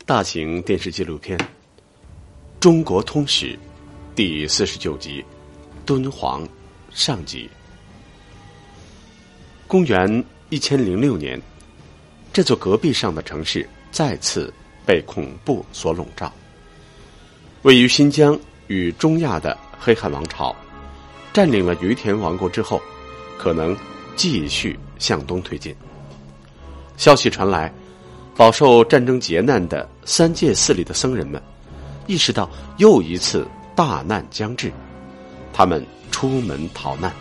大型电视纪录片《中国通史》第49集《敦煌》上集。公元1006年，这座戈壁上的城市再次被恐怖所笼罩。位于新疆与中亚的黑汉王朝占领了于田王国之后，可能继续向东推进。消息传来，饱受战争劫难的三界寺里的僧人们意识到又一次大难将至，他们出门逃难。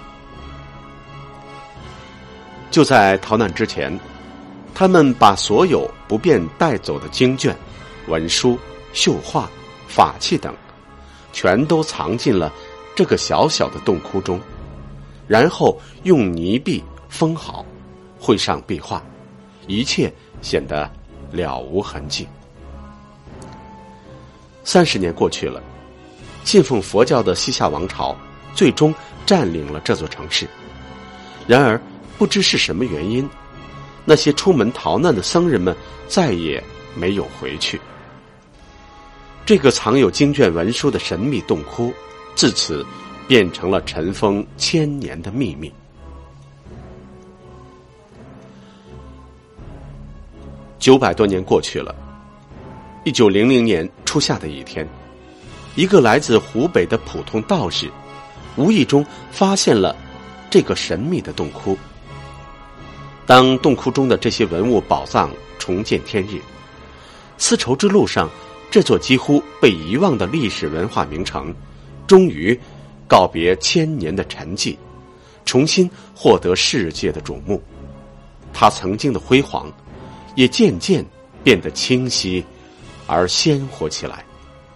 就在逃难之前，他们把所有不便带走的经卷、文书、绣画、法器等全都藏进了这个小小的洞窟中，然后用泥壁封好，绘上壁画，一切显得了无痕迹。30年过去了，信奉佛教的西夏王朝最终占领了这座城市。然而不知是什么原因，那些出门逃难的僧人们再也没有回去。这个藏有经卷文书的神秘洞窟自此变成了尘封1000年的秘密。900多年过去了，1900年初夏的一天，一个来自湖北的普通道士无意中发现了这个神秘的洞窟。当洞窟中的这些文物宝藏重见天日，丝绸之路上这座几乎被遗忘的历史文化名城终于告别1000年的沉寂，重新获得世界的瞩目。它曾经的辉煌也渐渐变得清晰而鲜活起来。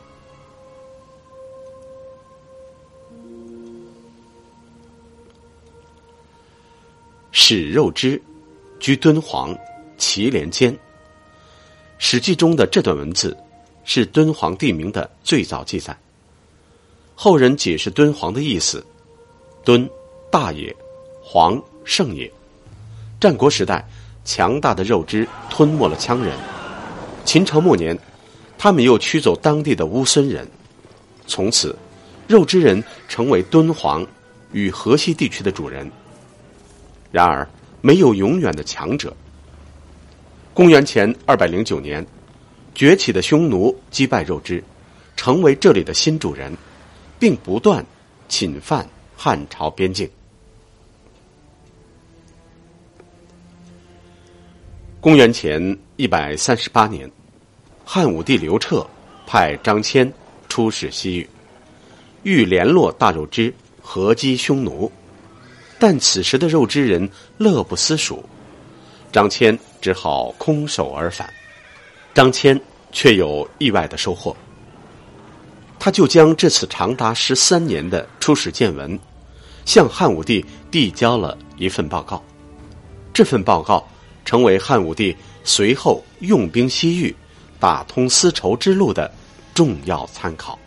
史肉之居敦煌祁连间。史记中的这段文字是敦煌地名的最早记载。后人解释敦煌的意思，敦大也，煌盛也。战国时代，强大的肉支吞没了羌人。秦朝末年，他们又驱走当地的乌孙人。从此，肉支人成为敦煌与河西地区的主人。然而，没有永远的强者。公元前209年，崛起的匈奴击败肉支，成为这里的新主人，并不断侵犯汉朝边境。公元前138年，汉武帝刘彻派张骞出使西域，欲联络大肉支，合击匈奴。但此时的肉支人乐不思蜀，张骞只好空手而返。张骞却有意外的收获，他就将这次长达13年的出使见闻向汉武帝递交了一份报告。这份报告成为汉武帝随后用兵西域、打通丝绸之路的重要参考。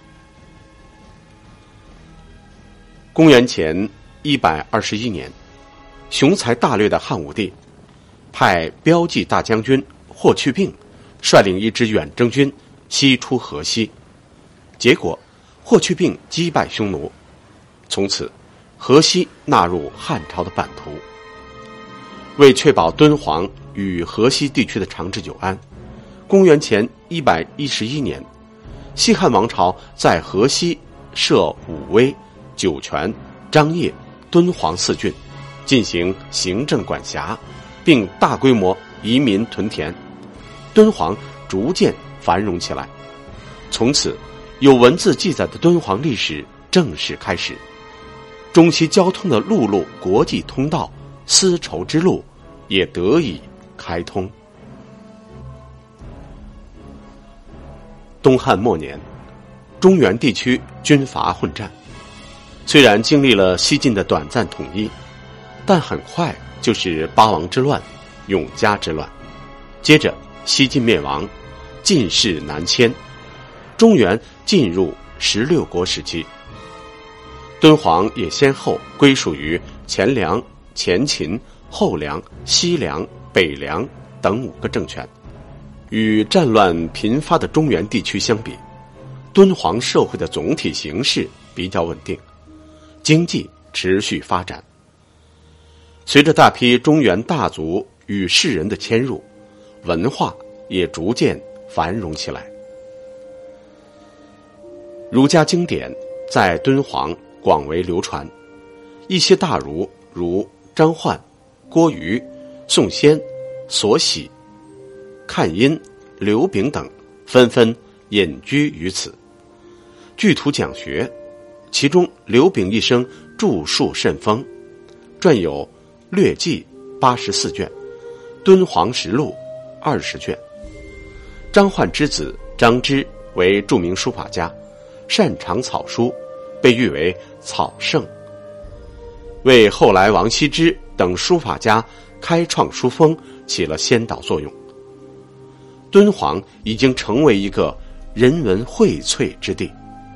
公元前121年，雄才大略的汉武帝派骠骑大将军霍去病率领一支远征军西出河西，结果霍去病击败匈奴，从此河西纳入汉朝的版图。为确保敦煌与河西地区的长治久安，公元前111年，西汉王朝在河西设武威、酒泉、张掖、敦煌4郡，进行行政管辖，并大规模移民屯田。敦煌逐渐繁荣起来。从此，有文字记载的敦煌历史正式开始。中西交通的陆路国际通道丝绸之路也得以开通。东汉末年，中原地区军阀混战，虽然经历了西晋的短暂统一，但很快就是八王之乱、永嘉之乱。接着西晋灭亡，晋室南迁，中原进入16国时期。敦煌也先后归属于前凉、前秦、后凉、西凉、北凉等5个政权。 与战乱频发的中原地区相比，敦煌社会的总体形势比较稳定，经济持续发展。随着大批中原大族与士人的迁入，文化也逐渐繁荣起来。儒家经典在敦煌广为流传，一些大儒如张奂、郭瑜、宋先、索喜、看殷、刘炳等纷纷隐居于此，据图讲学。其中刘炳一生著述甚丰，撰有《略记》84卷，《敦煌实录》20卷。张奂之子张芝为著名书法家，擅长草书，被誉为草圣，为后来王羲之等书法家开创书风起了先导作用。敦煌已经成为一个人文荟萃之地。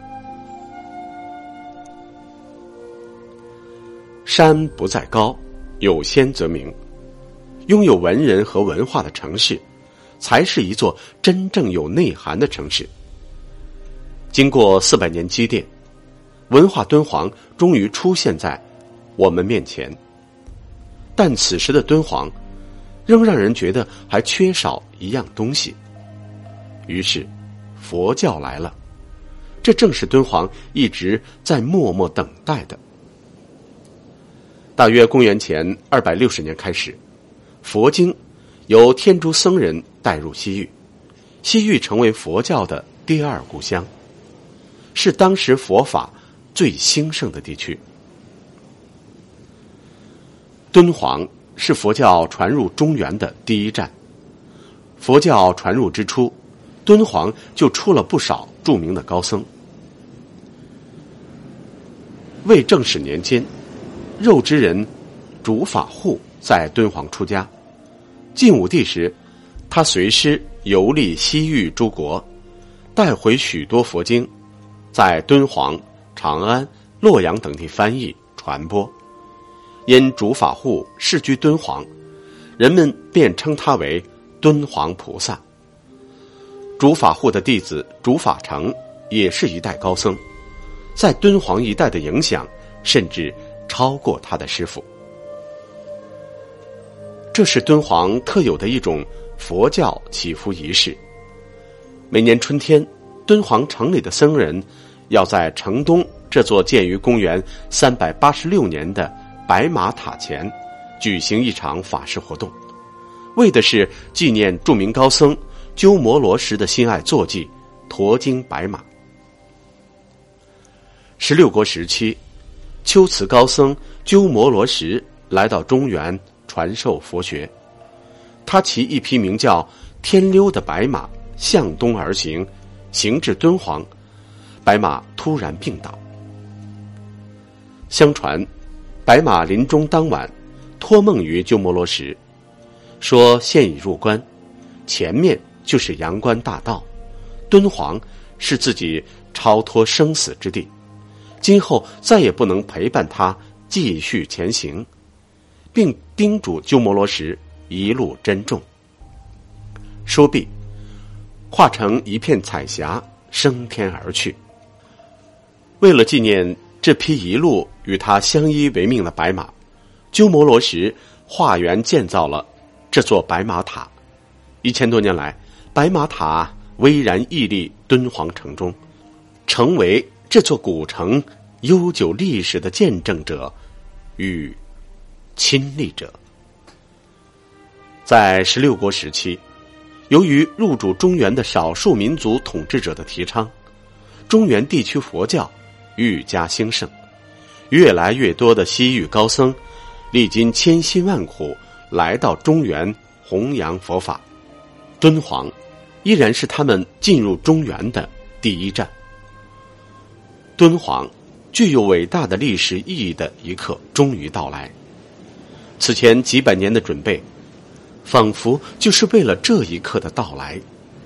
山不在高，有仙则名。拥有文人和文化的城市，才是一座真正有内涵的城市。经过400年积淀，文化敦煌终于出现在我们面前。但此时的敦煌，仍让人觉得还缺少一样东西。于是，佛教来了。这正是敦煌一直在默默等待的。大约公元前260年开始，佛经由天竺僧人带入西域，西域成为佛教的第二故乡，是当时佛法最兴盛的地区。敦煌是佛教传入中原的第一站。佛教传入之初，敦煌就出了不少著名的高僧。魏正始年间，肉之人竺法护在敦煌出家。晋武帝时，他随师游历西域诸国，带回许多佛经，在敦煌、长安、洛阳等地翻译传播。因竺法护世居敦煌，人们便称他为敦煌菩萨。竺法护的弟子竺法成也是一代高僧，在敦煌一带的影响甚至超过他的师父。这是敦煌特有的一种佛教祈福仪式。每年春天，敦煌城里的僧人要在城东这座建于公元386年的白马塔前举行一场法事活动，为的是纪念著名高僧鸠摩罗什的心爱坐骑驮经白马。16国时期，龟兹高僧鸠摩罗什来到中原传授佛学，他骑一匹名叫天溜的白马向东而行，行至敦煌，白马突然病倒。相传白马临终当晚托梦于鸠摩罗什，说现已入关，前面就是阳关大道，敦煌是自己超脱生死之地，今后再也不能陪伴他继续前行，并叮嘱鸠摩罗什一路珍重。说毕，化成一片彩霞升天而去。为了纪念这匹一路与他相依为命的白马，鸠摩罗什化缘建造了这座白马塔。1000多年来，白马塔巍然屹立敦煌城中，成为这座古城悠久历史的见证者与亲历者。在16国时期，由于入主中原的少数民族统治者的提倡，中原地区佛教愈加兴盛，越来越多的西域高僧历经千辛万苦来到中原弘扬佛法，敦煌依然是他们进入中原的第一站。敦煌具有伟大的历史意义的一刻终于到来，此前几百年的准备仿佛就是为了这一刻的到来。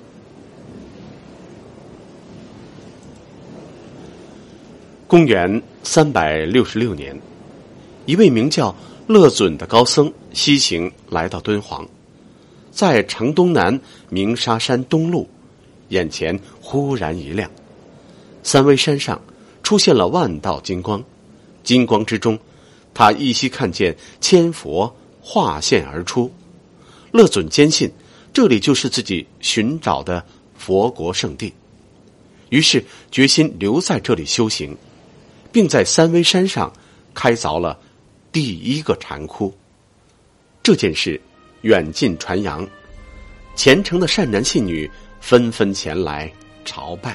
公元366年，一位名叫乐准的高僧西行来到敦煌， 在城东南鸣沙山东麓，眼前忽然一亮，三危山上出现了万道金光，金光之中，他依稀看见千佛化现而出，乐准坚信这里就是自己寻找的佛国圣地，于是决心留在这里修行，并在三危山上开凿了第一个禅窟。这件事远近传扬，虔诚的善男信女纷纷前来朝拜。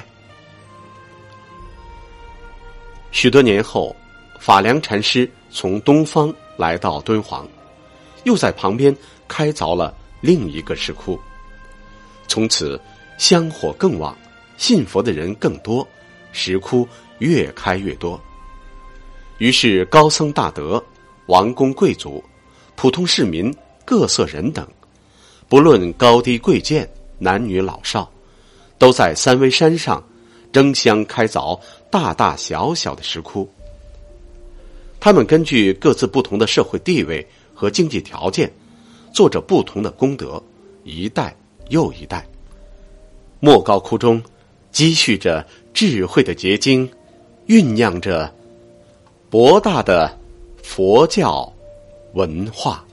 许多年后，法良禅师从东方来到敦煌，又在旁边开凿了另一个石窟。从此香火更旺，信佛的人更多，石窟越开越多。于是高僧大德、王公贵族、普通市民、各色人等，不论高低贵贱、男女老少，都在三危山上争相开凿大大小小的石窟。他们根据各自不同的社会地位和经济条件，做着不同的功德，一代又一代。莫高窟中积蓄着智慧的结晶，酝酿着博大的佛教文化。